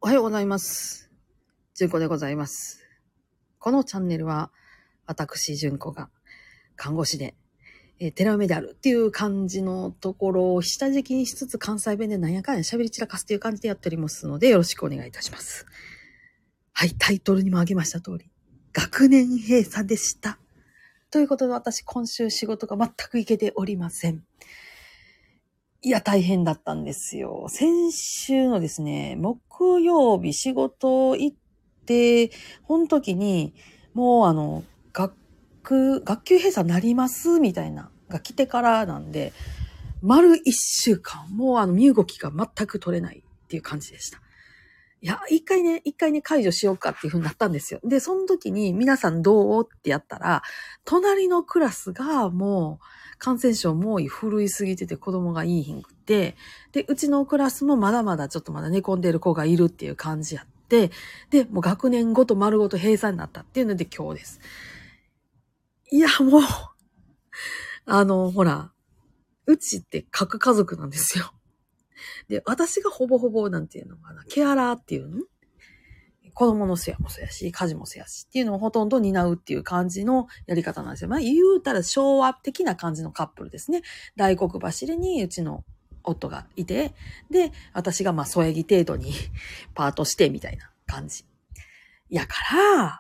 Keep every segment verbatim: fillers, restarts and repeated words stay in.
おはようございます。純子でございます。このチャンネルは、私純子が看護師で、えー、寺嫁であるっていう感じのところを下敷きにしつつ関西弁でなんやかんや喋り散らかすっていう感じでやっておりますので、よろしくお願いいたします。はい、タイトルにも挙げました通り、学年閉鎖でした。ということで私今週仕事が全く行けておりません。いや、大変だったんですよ。先週のですね、木曜日仕事行って、この時に、もうあの、学、学級閉鎖なりますみたいな、が来てからなんで、丸一週間、もうあの、身動きが全く取れないっていう感じでした。いや、一回ね、一回ね、解除しようかっていう風になったんですよ。で、その時に皆さんどうってやったら、隣のクラスがもう、感染症猛威振るいすぎてて子供がいいひんくて、で、うちのクラスもまだまだちょっとまだ寝込んでる子がいるっていう感じやって、で、もう学年ごと丸ごと閉鎖になったっていうので今日です。いや、もう、あの、ほら、うちって核家族なんですよ。で、私がほぼほぼなんていうのかな、ケアラーっていうの子供の世話もそうやし、家事もそうやしっていうのをほとんど担うっていう感じのやり方なんですよ。まあ言うたら昭和的な感じのカップルですね。大黒柱にうちの夫がいて、で、私がまあ添え木程度にパートしてみたいな感じ。やから、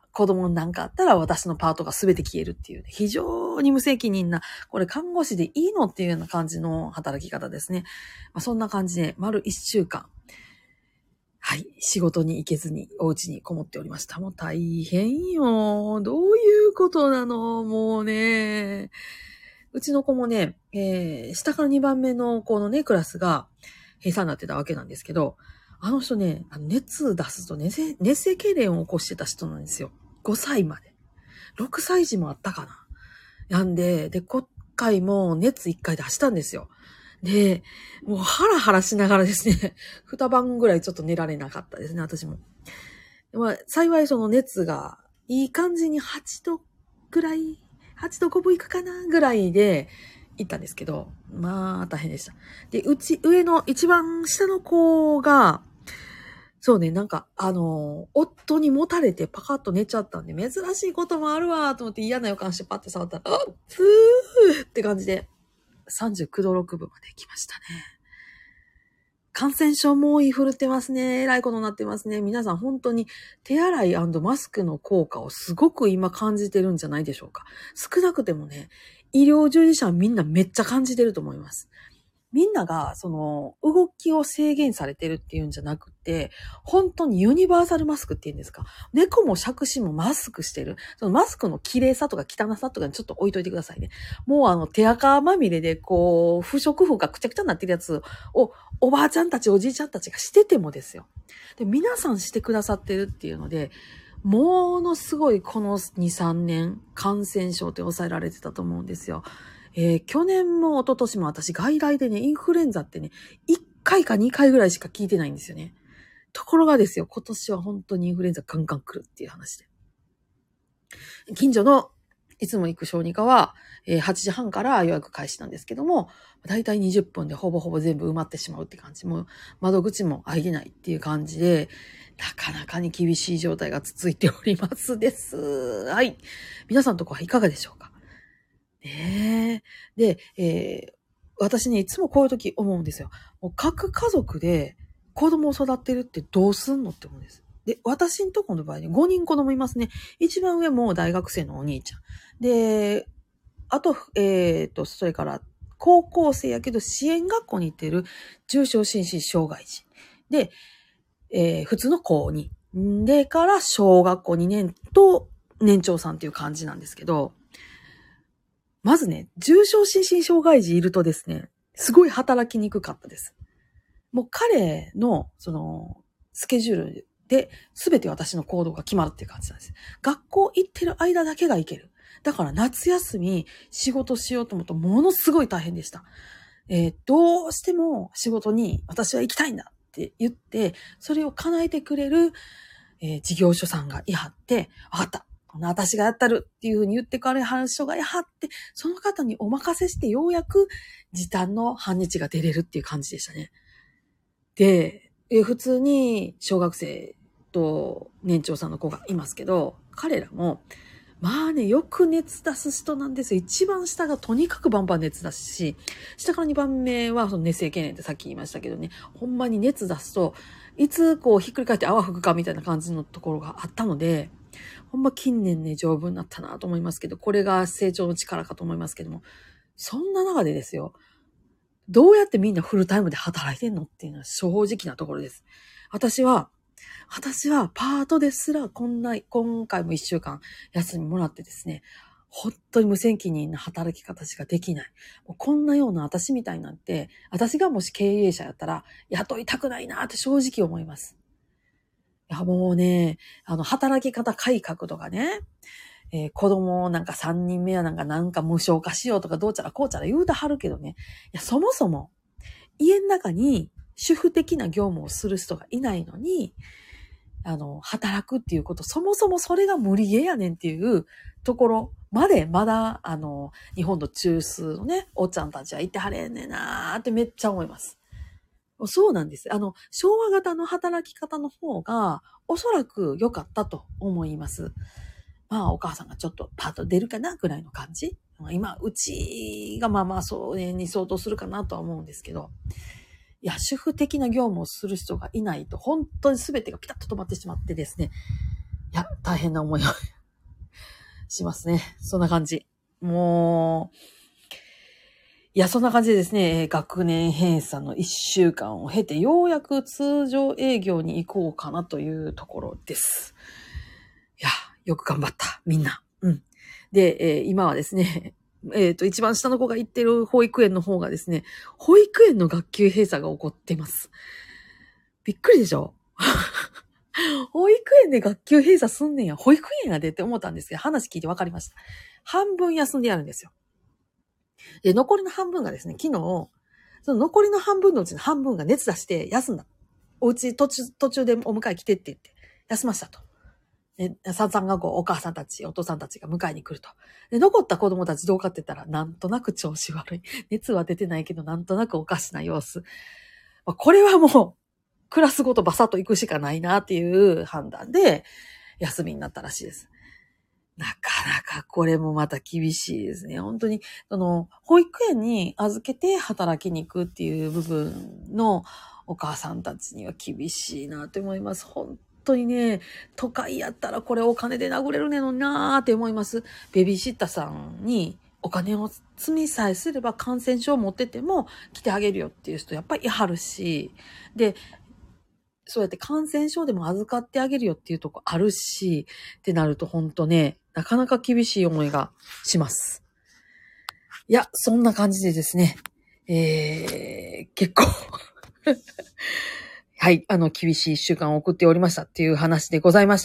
子供になんかあったら私のパートが全て消えるっていう、ね、非常に無責任な、これ看護師でいいのっていうような感じの働き方ですね。まあ、そんな感じで丸一週間。はい。仕事に行けずに、お家にこもっておりました。もう大変よ。どういうことなのもうね。うちの子もね、えー、下からにばんめの子のね、クラスが閉鎖になってたわけなんですけど、あの人ね、熱出すと熱性、熱性痙攣を起こしてた人なんですよ。ごさいまで。ろくさい児もあったかな。なんで、で、今回も熱いっかい出したんですよ。で、もうハラハラしながらですね、二晩ぐらいちょっと寝られなかったですね、私も。まあ、幸いその熱がいい感じにはちどぐらい、はちどごぶいくかなぐらいで行ったんですけど、まあ大変でした。で、うち、上の一番下の子が、そうね、なんか、あの、夫に持たれてパカッと寝ちゃったんで、珍しいこともあるわと思って嫌な予感してパッて触ったら、あっ、ふーって感じで、さんじゅうきゅうどろくぶまで来ましたね。感染症も多い振るってますね。えらいことになってますね。皆さん本当に手洗い&マスクの効果をすごく今感じてるんじゃないでしょうか。少なくてもね、医療従事者はみんなめっちゃ感じてると思います。みんなが、その、動きを制限されてるっていうんじゃなくて、本当にユニバーサルマスクっていうんですか。猫も杓子もマスクしてる。そのマスクの綺麗さとか汚さとかにちょっと置いといてくださいね。もうあの、手垢まみれで、こう、不織布がくちゃくちゃになってるやつを、おばあちゃんたち、おじいちゃんたちがしててもですよ。で、皆さんしてくださってるっていうので、ものすごいこのに、さんねん、感染症って抑えられてたと思うんですよ。えー、去年も一昨年も私外来でね、インフルエンザってね、いっかいかにかいぐらいしか聞いてないんですよね。ところがですよ、今年は本当にインフルエンザガンガン来るっていう話で。近所のいつも行く小児科は、えー、はちじはんから予約開始なんですけども、だいたいにじゅっぷんでほぼほぼ全部埋まってしまうって感じ。もう窓口も開いてないっていう感じで、なかなかに厳しい状態が続いておりますです。はい。皆さんのとこはいかがでしょうか？ねえ。で、えー、私ね、いつもこういう時思うんですよ。もう各家族で子供を育てるってどうすんのって思うんです。で、私んとこの場合にごにん子供いますね。一番上も大学生のお兄ちゃん。で、あと、えっと、それから高校生やけど支援学校に行ってる重症心身障害児。で、えー、普通の高に。でから小学校にねんと年長さんっていう感じなんですけど、まずね、重症心身障害児いるとですね、すごい働きにくかったです。もう彼の、その、スケジュールで全て私の行動が決まるっていう感じなんです。学校行ってる間だけが行ける。だから夏休み仕事しようと思うとものすごい大変でした。えー、どうしても仕事に私は行きたいんだって言って、それを叶えてくれる、えー、事業所さんがいはって、わかった。私がやったるっていうふうに言ってくれはる人がやはって、その方にお任せしてようやく時短の半日が出れるっていう感じでしたね。で、 え普通に小学生と年長さんの子がいますけど、彼らも、まあね、よく熱出す人なんですよ。一番下がとにかくバンバン熱出すし、下からにばんめはその熱性懸念ってさっき言いましたけどね、ほんまに熱出すと、いつこうひっくり返って泡吹くかみたいな感じのところがあったので、ほんま近年ね、丈夫になったなと思いますけど、これが成長の力かと思いますけども、そんな中でですよ、どうやってみんなフルタイムで働いてんのっていうのは正直なところです。私は、私はパートですらこんな、今回も一週間休みもらってですね、本当に無責任な働き方しかできない。もうこんなような私みたいなんて、私がもし経営者やったら雇いたくないなって正直思います。いやもうね、あの、働き方改革とかね、えー、子供なんかさんにんめやなんかなんか無償化しようとかどうちゃらこうちゃら言うたはるけどね。いや、そもそも家の中に主婦的な業務をする人がいないのに、あの、働くっていうこと、そもそもそれが無理ゲーやねんっていうところまで、まだ、あの、日本の中枢のね、おっちゃんたちは言ってはれんねんなーってめっちゃ思います。そうなんです。あの、昭和型の働き方の方が、おそらく良かったと思います。まあ、お母さんがちょっとパッと出るかなぐらいの感じ。今、うちがまあまあ、それに相当するかなとは思うんですけど、いや、主婦的な業務をする人がいないと、本当に全てがピタッと止まってしまってですね、いや、大変な思いをしますね。そんな感じ。もう、いや、そんな感じでですね、学年閉鎖のいっしゅうかんを経て、ようやく通常営業に行こうかなというところです。いや、よく頑張った、みんな。うん。で、えー、今はですね、えっと、一番下の子が行ってる保育園の方がですね、保育園の学級閉鎖が起こっています。びっくりでしょ保育園で学級閉鎖すんねんや。保育園やでって思ったんですけど、話聞いて分かりました。半分休んでやるんですよ。で、残りの半分がですね、昨日、その残りの半分のうちの半分が熱出して休んだ。お家途中、途中でお迎え来てって言って、休ましたと。で、さんさん学校、お母さんたち、お父さんたちが迎えに来ると。で、残った子供たちどうかって言ったら、なんとなく調子悪い。熱は出てないけど、なんとなくおかしな様子。これはもう、クラスごとバサッと行くしかないなっていう判断で、休みになったらしいです。なかなかこれもまた厳しいですね。本当に、その、保育園に預けて働きに行くっていう部分のお母さんたちには厳しいなと思います。本当にね、都会やったらこれお金で殴れるねのになーって思います。ベビーシッターさんにお金を積みさえすれば感染症を持ってても来てあげるよっていう人やっぱりいはるし、で、そうやって感染症でも預かってあげるよっていうとこあるし、ってなると本当ね、なかなか厳しい思いがします。いや、そんな感じでですね、えー、結構、はい、あの、厳しい一週間を送っておりましたっていう話でございました。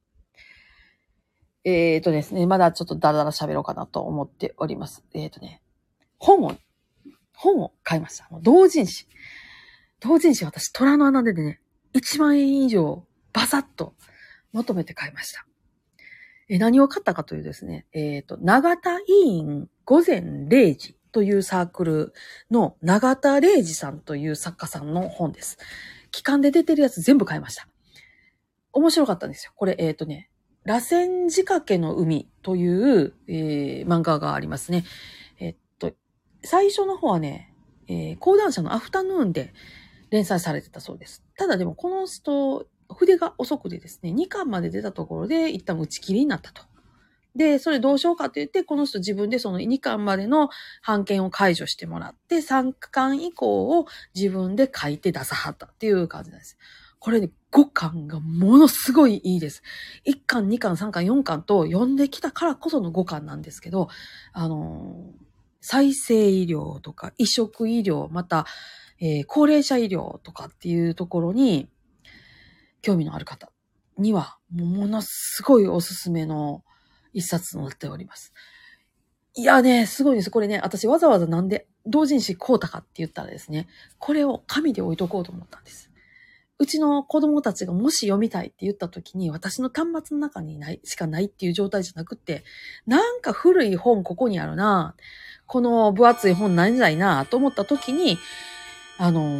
えーとですね、まだちょっとだらだら喋ろうかなと思っております。えーとね、本を、本を買いました。同人誌。同人誌私、虎の穴でね、いちまんえん以上、バサッとまとめて買いました。え、何を買ったかというですね、えっと、永田委員午前れいじというサークルの永田礼二さんという作家さんの本です。期間で出てるやつ全部買いました。面白かったんですよ。これ、えっとね、螺旋仕掛けの海という、えー、漫画がありますね。えっと、最初の方はね、えー、講談社のアフタヌーンで連載されてたそうです。ただでもこの人、筆が遅くでですね、にかんまで出たところで一旦打ち切りになったと。で、それどうしようかって言って、この人自分でそのにかんまでの版権を解除してもらって、さんかん以降を自分で書いて出さはったっていう感じなんです。これね、ごかんがものすごいいいです。いっかん、にかん、さんかん、よんかんと読んできたからこそのごかんなんですけど、あのー、再生医療とか移植医療、また、えー、高齢者医療とかっていうところに興味のある方にはものすごいおすすめの一冊となっております。いやね、すごいです。これね、私わざわざなんで同人誌買うたかって言ったらですね、これを紙で置いとこうと思ったんです。うちの子供たちがもし読みたいって言った時に私の端末の中にないしかないっていう状態じゃなくて、なんか古い本ここにあるな、この分厚い本ないんじゃないなと思った時に、あの、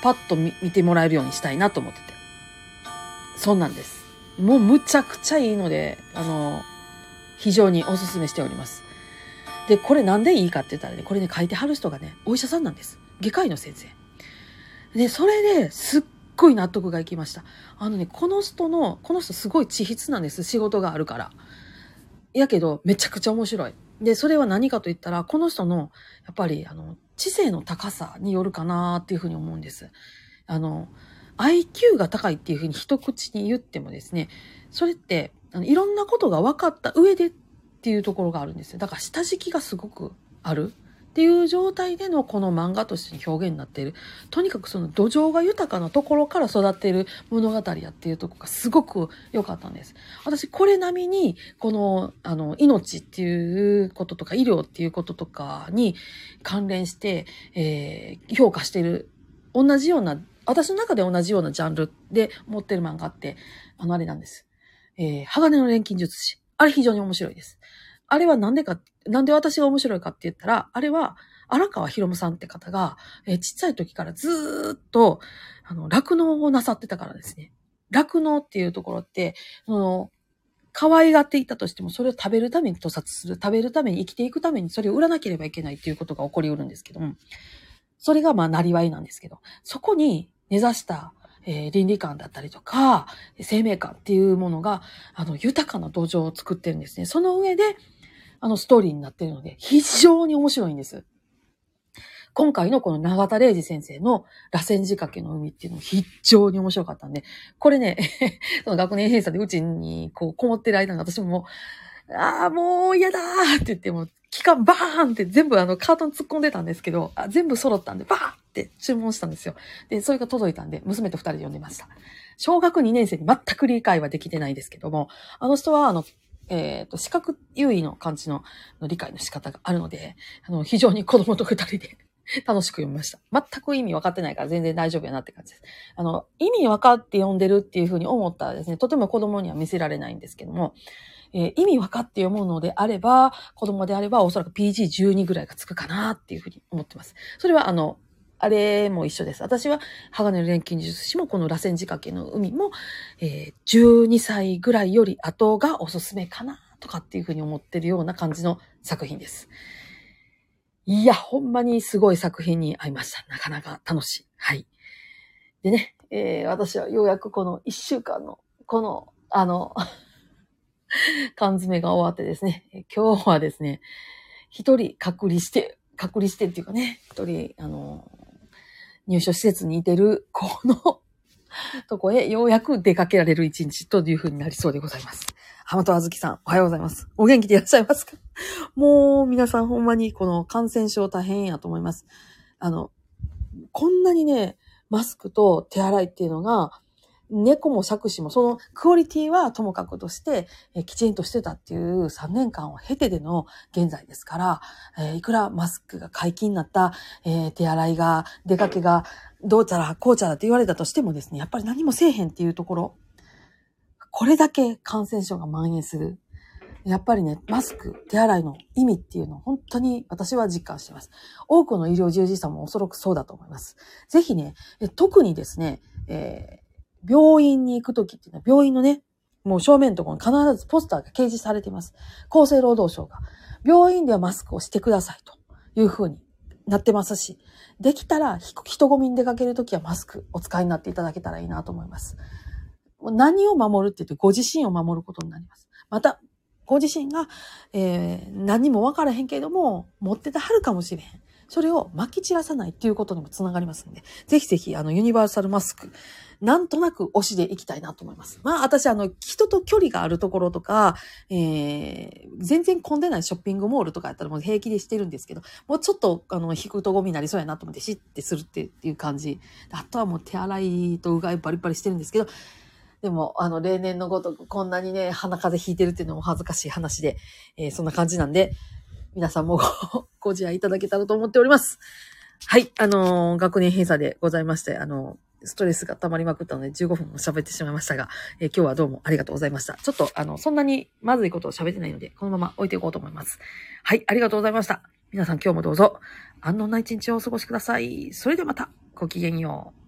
パッと 見, 見てもらえるようにしたいなと思ってて。そうなんです。もうむちゃくちゃいいので、あの、非常にお勧めしております。で、これなんでいいかって言ったらね、これね、書いてはる人がね、お医者さんなんです。外科医の先生。で、それですっごい納得がいきました。あのね、この人の、この人すごい地筆なんです。仕事があるから。やけど、めちゃくちゃ面白い。で、それは何かと言ったら、この人の、やっぱり、あの、知性の高さによるかなっていうふうに思うんです。あの、アイキュー が高いっていうふうに一口に言ってもですね、それって、あのいろんなことが分かった上でっていうところがあるんですよ。だから下敷きがすごくあるっていう状態でのこの漫画として表現になっている。とにかくその土壌が豊かなところから育っている物語やっていうところがすごく良かったんです。私これ並みにこのあの命っていうこととか医療っていうこととかに関連して、えー、評価している同じような私の中で同じようなジャンルで持ってる漫画ってあのあれなんです。えー、鋼の錬金術師。あれ非常に面白いです。あれはなんでか、なんで私が面白いかって言ったら、あれは荒川博夢さんって方が、えー、ちっちゃい時からずーっと、あの、酪農をなさってたからですね。酪農っていうところって、その、可愛がっていたとしても、それを食べるために屠殺する、食べるために生きていくためにそれを売らなければいけないっていうことが起こりうるんですけども、それがまあ、なりわいなんですけど、そこに根ざした、えー、倫理観だったりとか、生命観っていうものが、あの、豊かな土壌を作ってるんですね。その上で、あの、ストーリーになっているので、非常に面白いんです。今回のこの永田玲二先生の螺旋仕掛けの海っていうのも非常に面白かったんで、これね、その学年閉鎖でうちにこう、こもってる間に私ももう、ああ、もう嫌だーって言って、もう、期間バーンって全部あのカートン突っ込んでたんですけど、あ全部揃ったんで、バーンって注文したんですよ。で、それが届いたんで、娘と二人で読んでました。小学にねん生に全く理解はできてないですけども、あの人はあの、えっと、視覚優位の感じの理解の仕方があるので、あの、非常に子供と二人で楽しく読みました。全く意味分かってないから全然大丈夫やなって感じです。あの、意味分かって読んでるっていうふうに思ったらですね、とても子供には見せられないんですけども、えー、意味分かって読むのであれば、子供であればおそらく ピージーじゅうに ぐらいがつくかなっていうふうに思ってます。それはあの、あれも一緒です。私は鋼の錬金術師もこの螺旋仕掛けの海も、えー、じゅうにさいぐらいより後がおすすめかなとかっていうふうに思ってるような感じの作品です。いや、ほんまにすごい作品に合いました。なかなか楽しい。はい。でね、えー、私はようやくこのいっしゅうかんの、この、あの、缶詰が終わってですね、今日はですね、一人隔離して、隔離してっていうかね、一人、あの、入所施設にいてる、このとこへようやく出かけられる一日という風になりそうでございます。浜戸あずきさん、おはようございます。お元気でいらっしゃいますか？もう皆さんほんまにこの感染症大変やと思います。あの、こんなにね、マスクと手洗いっていうのが、猫も杓子もそのクオリティはともかくとしてえきちんとしてたっていうさんねんかんを経てでの現在ですから、えー、いくらマスクが解禁になった、えー、手洗いが出かけがどうちゃらこうちゃらって言われたとしてもですね、やっぱり何もせえへんっていうところ、これだけ感染症が蔓延する。やっぱりね、マスク、手洗いの意味っていうのを本当に私は実感しています。多くの医療従事者もおそらくそうだと思います。ぜひね、特にですね、えー病院に行くときっていうのは、病院のね、もう正面のところに必ずポスターが掲示されています。厚生労働省が。病院ではマスクをしてくださいというふうになってますし、できたら人混みに出かけるときはマスクお使いになっていただけたらいいなと思います。何を守るって言ってご自身を守ることになります。また、ご自身が、えー、何も分からへんけれども、持っててはるかもしれへん。それを撒き散らさないっていうことにもつながりますので、ぜひぜひ、あの、ユニバーサルマスク、なんとなく推しでいきたいなと思います。まあ、私、あの、人と距離があるところとか、えー、全然混んでないショッピングモールとかやったらもう平気でしてるんですけど、もうちょっと、あの、引くとゴミになりそうやなと思って、シッてするっていう感じ。あとはもう手洗いとうがいバリバリしてるんですけど、でも、あの、例年のごとくこんなにね、鼻風邪ひいてるっていうのも恥ずかしい話で、えー、そんな感じなんで、皆さんもご自愛いただけたらと思っております。はい、あのー、学年閉鎖でございまして、あのー、ストレスが溜まりまくったのでじゅうごふんも喋ってしまいましたが、えー、今日はどうもありがとうございました。ちょっと、あの、そんなにまずいことを喋ってないので、このまま置いていこうと思います。はい、ありがとうございました。皆さん今日もどうぞ、安穏な一日をお過ごしください。それではまた、ごきげんよう。